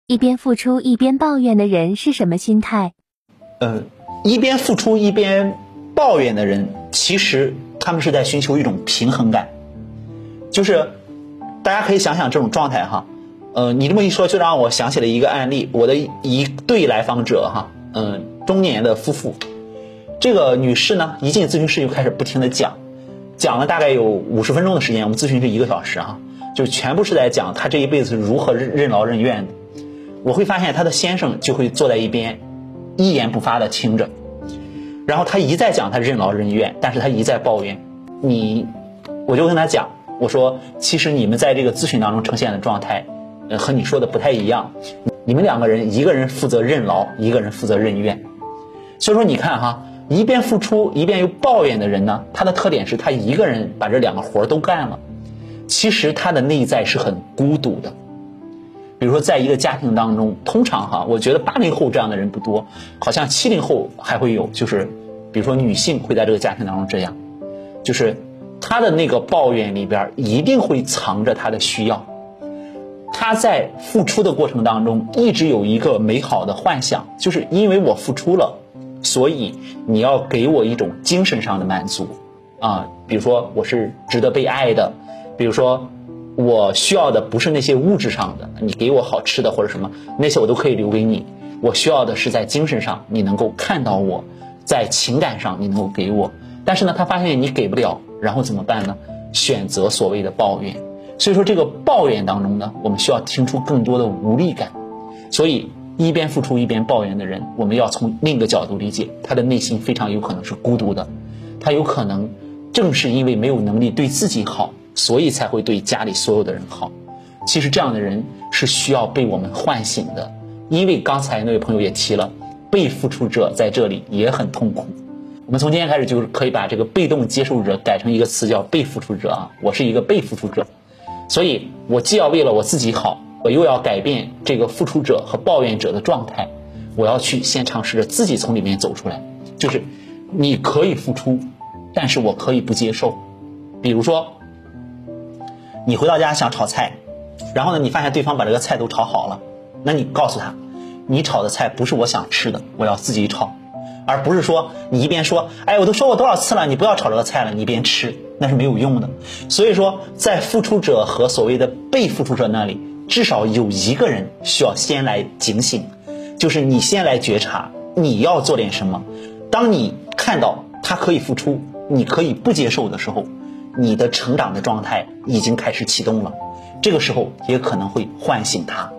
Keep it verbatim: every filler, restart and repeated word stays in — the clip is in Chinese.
一边付出一边抱怨的人是什么心态？ 呃，一边付出一边抱怨的人，其实他们是在寻求一种平衡感。就是大家可以想想这种状态哈，呃，你这么一说就让我想起了一个案例，我的一对来访者哈，嗯、呃，中年的夫妇，这个女士呢一进咨询室就开始不停的讲，讲了大概有五十分钟的时间，我们咨询是一个小时哈，就全部是在讲她这一辈子是如何任劳任怨的。我会发现她的先生就会坐在一边一言不发的听着，然后他一再讲他任劳任怨，但是他一再抱怨你，我就跟他讲，我说其实你们在这个咨询当中呈现的状态呃，和你说的不太一样，你们两个人一个人负责任劳，一个人负责任怨。所以说你看哈，一边付出一边又抱怨的人呢，他的特点是他一个人把这两个活都干了，其实他的内在是很孤独的。比如说在一个家庭当中，通常哈，我觉得八零后这样的人不多，好像七零后还会有，就是比如说女性会在这个家庭当中这样，就是她的那个抱怨里边一定会藏着她的需要，她在付出的过程当中一直有一个美好的幻想，就是因为我付出了，所以你要给我一种精神上的满足啊，比如说我是值得被爱的，比如说我需要的不是那些物质上的，你给我好吃的或者什么，那些我都可以留给你，我需要的是在精神上你能够看到我，在情感上你能够给我。但是呢，他发现你给不了，然后怎么办呢？选择所谓的抱怨。所以说这个抱怨当中呢，我们需要听出更多的无力感。所以一边付出一边抱怨的人，我们要从另一个角度理解，他的内心非常有可能是孤独的，他有可能正是因为没有能力对自己好，所以才会对家里所有的人好。其实这样的人是需要被我们唤醒的，因为刚才那位朋友也提了，被付出者在这里也很痛苦。我们从今天开始就可以把这个被动接受者改成一个词叫被付出者啊，我是一个被付出者，所以我既要为了我自己好，我又要改变这个付出者和抱怨者的状态，我要去先尝试着自己从里面走出来。就是你可以付出，但是我可以不接受。比如说你回到家想炒菜，然后呢你发现对方把这个菜都炒好了，那你告诉他，你炒的菜不是我想吃的，我要自己炒，而不是说你一边说哎我都说过多少次了你不要炒这个菜了，你一边吃，那是没有用的。所以说在付出者和所谓的被付出者那里，至少有一个人需要先来警醒，就是你先来觉察你要做点什么。当你看到他可以付出，你可以不接受的时候，你的成长的状态已经开始启动了，这个时候也可能会唤醒他。